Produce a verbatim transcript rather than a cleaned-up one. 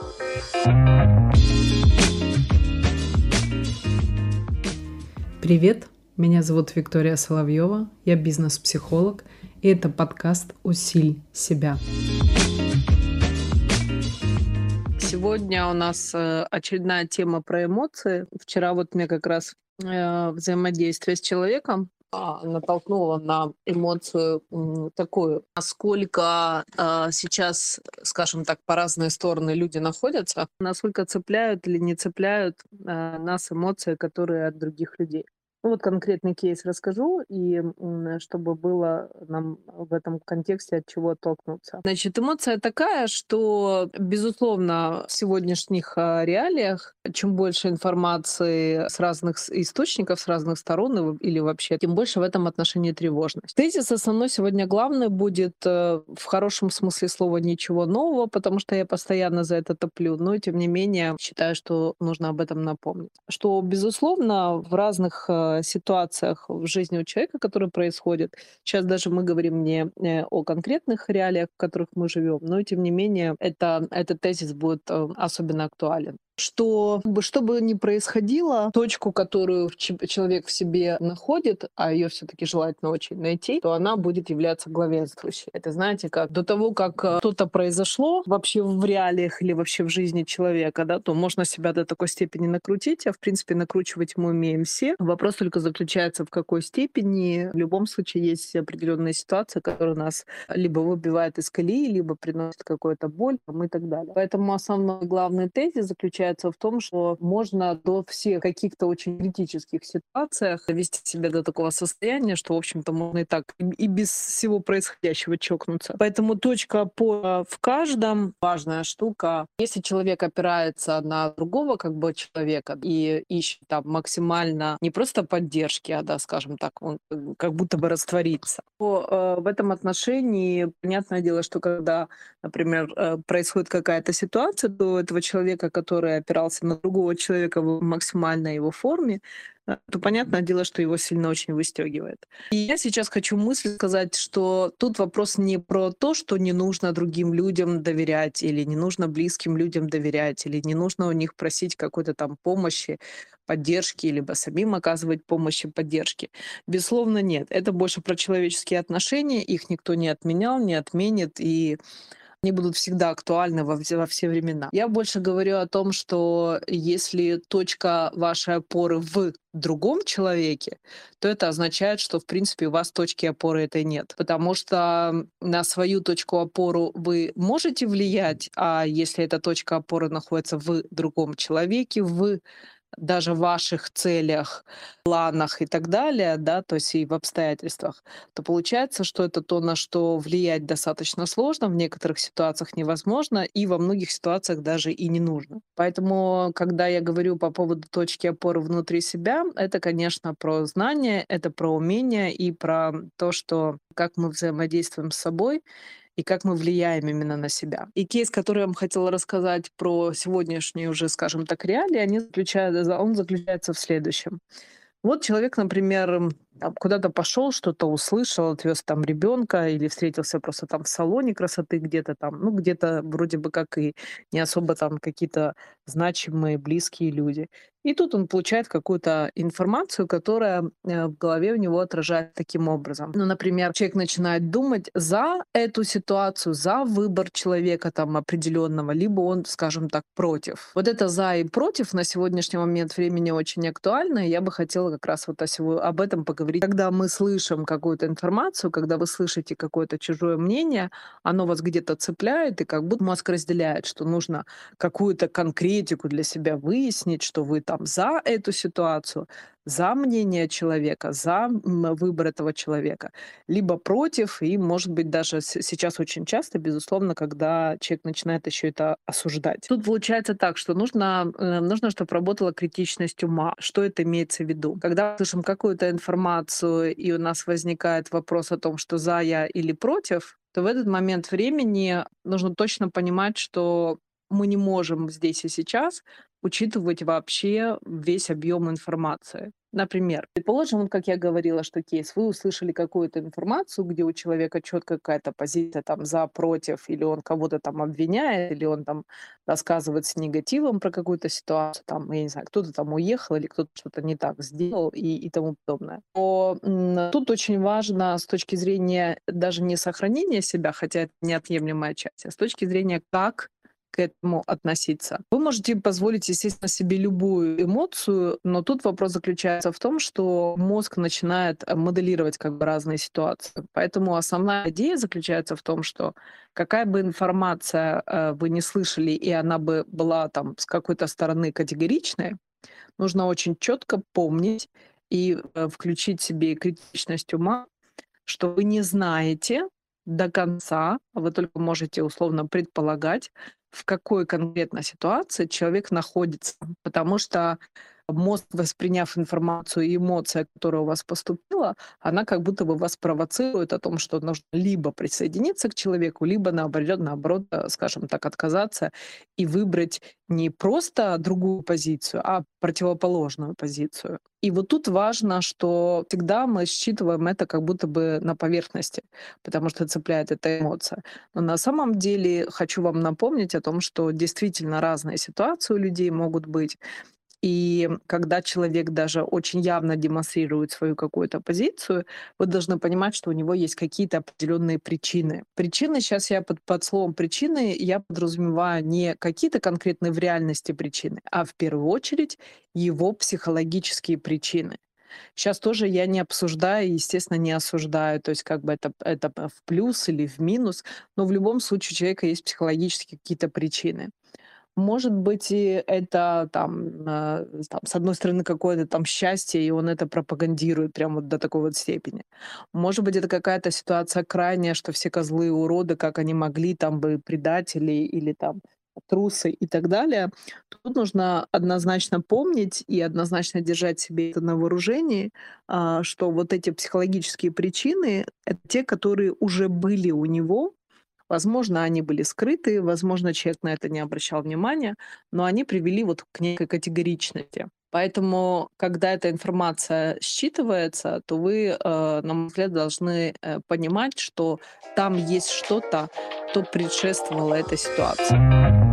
Привет, меня зовут Виктория Соловьева, я бизнес-психолог, и это подкаст «Усиль себя». Сегодня у нас э, очередная тема про эмоции. Вчера вот мне как раз э, взаимодействие с человеком а, натолкнуло на эмоцию м, такую, насколько а, сейчас, скажем так, по разные стороны люди находятся, насколько цепляют или не цепляют а, нас эмоции, которые от других людей. Ну, вот конкретный кейс расскажу, и м, чтобы было нам в этом контексте от чего оттолкнуться. Значит, эмоция такая, что, безусловно, в сегодняшних а, реалиях, чем больше информации с разных с- источников, с разных сторон и- или вообще, тем больше в этом отношении тревожность. Тезис основной сегодня главный будет э, в хорошем смысле слова ничего нового, потому что я постоянно за это топлю, но тем не менее считаю, что нужно об этом напомнить. Что, безусловно, в разных э, ситуациях в жизни у человека, которые происходят, сейчас даже мы говорим не э, о конкретных реалиях, в которых мы живем, но тем не менее это, этот тезис будет э, особенно актуален. Что как бы, что бы ни происходило, точку, которую ч- человек в себе находит, а ее все-таки желательно очень найти, то она будет являться главенствующей. Это, знаете, как до того, как э, что-то произошло вообще в реалиях или вообще в жизни человека, да, то можно себя до такой степени накрутить, а в принципе накручивать мы умеем все. Вопрос только заключается, в какой степени. В любом случае есть определенные ситуации, которые нас либо выбивают из колеи, либо приносят какую-то боль там, и так далее. Поэтому основной главный тезис заключается в том, что можно до всех каких-то очень критических ситуациях довести себя до такого состояния, что, в общем-то, можно и так и и без всего происходящего чокнуться. Поэтому точка опоры в каждом важная штука. Если человек опирается на другого как бы человека и ищет там максимально не просто поддержки, а, да, скажем так, он э, как будто бы растворится, то э, в этом отношении понятное дело, что когда, например, э, происходит какая-то ситуация, то у этого человека, который опирался на другого человека в максимальной его форме, э, то понятное дело, что его сильно очень выстегивает. И я сейчас хочу мысль сказать, что тут вопрос не про то, что не нужно другим людям доверять, или не нужно близким людям доверять, или не нужно у них просить какой-то там помощи, поддержки, либо самим оказывать помощь и поддержки. Безусловно, нет. Это больше про человеческие отношения, их никто не отменял, не отменит, и они будут всегда актуальны во все, во все времена. Я больше говорю о том, что если точка вашей опоры в другом человеке, то это означает, что, в принципе, у вас точки опоры этой нет. Потому что на свою точку опору вы можете влиять, а если эта точка опоры находится в другом человеке, в даже в ваших целях, планах и так далее, да, то есть и в обстоятельствах, то получается, что это то, на что влиять достаточно сложно, в некоторых ситуациях невозможно, и во многих ситуациях даже и не нужно. Поэтому, когда я говорю по поводу точки опоры внутри себя, это, конечно, про знания, это про умения и про то, что как мы взаимодействуем с собой, и как мы влияем именно на себя. И кейс, который я вам хотела рассказать про сегодняшние уже, скажем так, реалии, они заключаются, он заключается в следующем. Вот человек, например, м, там куда-то пошел, что-то услышал, отвез там ребенка или встретился просто там в салоне красоты где-то там, ну где-то вроде бы как и не особо там какие-то значимые, близкие люди. И тут он получает какую-то информацию, которая э, в голове у него отражает таким образом. Ну, например, человек начинает думать за эту ситуацию, за выбор человека там определенного, либо он, скажем так, против. Вот это за и против на сегодняшний момент времени очень актуально, и я бы хотела как раз вот о сего- об этом поговорить. Когда мы слышим какую-то информацию, когда вы слышите какое-то чужое мнение, оно вас где-то цепляет, и как будто мозг разделяет, что нужно какую-то конкретику для себя выяснить, что вы там за эту ситуацию, за мнение человека, за м, выбор этого человека, либо против, и, может быть, даже с- сейчас очень часто, безусловно, когда человек начинает еще это осуждать. Тут получается так, что нужно, э, нужно, чтобы работала критичность ума. Что это имеется в виду? Когда мы слышим какую-то информацию, и у нас возникает вопрос о том, что за я или против, то в этот момент времени нужно точно понимать, что мы не можем здесь и сейчас учитывать вообще весь объем информации. Например, предположим, вот как я говорила, что кейс, вы услышали какую-то информацию, где у человека четко какая-то позиция там за, против, или он кого-то там обвиняет, или он там рассказывает с негативом про какую-то ситуацию, там, я не знаю, кто-то там уехал, или кто-то что-то не так сделал и, и тому подобное. То м, тут очень важно с точки зрения даже не сохранения себя, хотя это неотъемлемая часть, а с точки зрения, как к этому относиться. Вы можете позволить, естественно, себе любую эмоцию, но тут вопрос заключается в том, что мозг начинает э, моделировать как бы разные ситуации. Поэтому основная идея заключается в том, что какая бы информация э, вы не слышали, и она бы была там с какой-то стороны категоричной, нужно очень четко помнить и э, включить себе критичность ума, что вы не знаете до конца, а вы только можете условно предполагать, в какой конкретно ситуации человек находится. Потому что мозг, восприняв информацию и эмоция, которая у вас поступила, она как будто бы вас провоцирует о том, что нужно либо присоединиться к человеку, либо наоборот, наоборот, э, скажем так, отказаться и выбрать не просто другую позицию, а противоположную позицию. И вот тут важно, что всегда мы считываем это как будто бы на поверхности, потому что цепляет эта эмоция. Но на самом деле хочу вам напомнить о том, что действительно разные ситуации у людей могут быть. И когда человек даже очень явно демонстрирует свою какую-то позицию, вы должны понимать, что у него есть какие-то определенные причины. Причины, сейчас я под, под словом причины, я подразумеваю не какие-то конкретные в реальности причины, а в первую очередь его психологические причины. Сейчас тоже я не обсуждаю, естественно, не осуждаю, то есть как бы это, это в плюс или в минус, но в любом случае у человека есть психологические какие-то причины. Может быть, и это там, э, там, с одной стороны, какое-то там счастье, и он это пропагандирует прям вот до такой вот степени. Может быть, это какая-то ситуация крайняя, что все козлы и уроды, как они могли, там бы предатели или там трусы и так далее. Тут нужно однозначно помнить и однозначно держать себе это на вооружении, а, что вот эти психологические причины — это те, которые уже были у него. Возможно, они были скрыты, возможно, человек на это не обращал внимания, но они привели вот к некой категоричности. Поэтому, когда эта информация считывается, то вы, э, на мой взгляд, должны э, понимать, что там есть что-то, что предшествовало этой ситуации.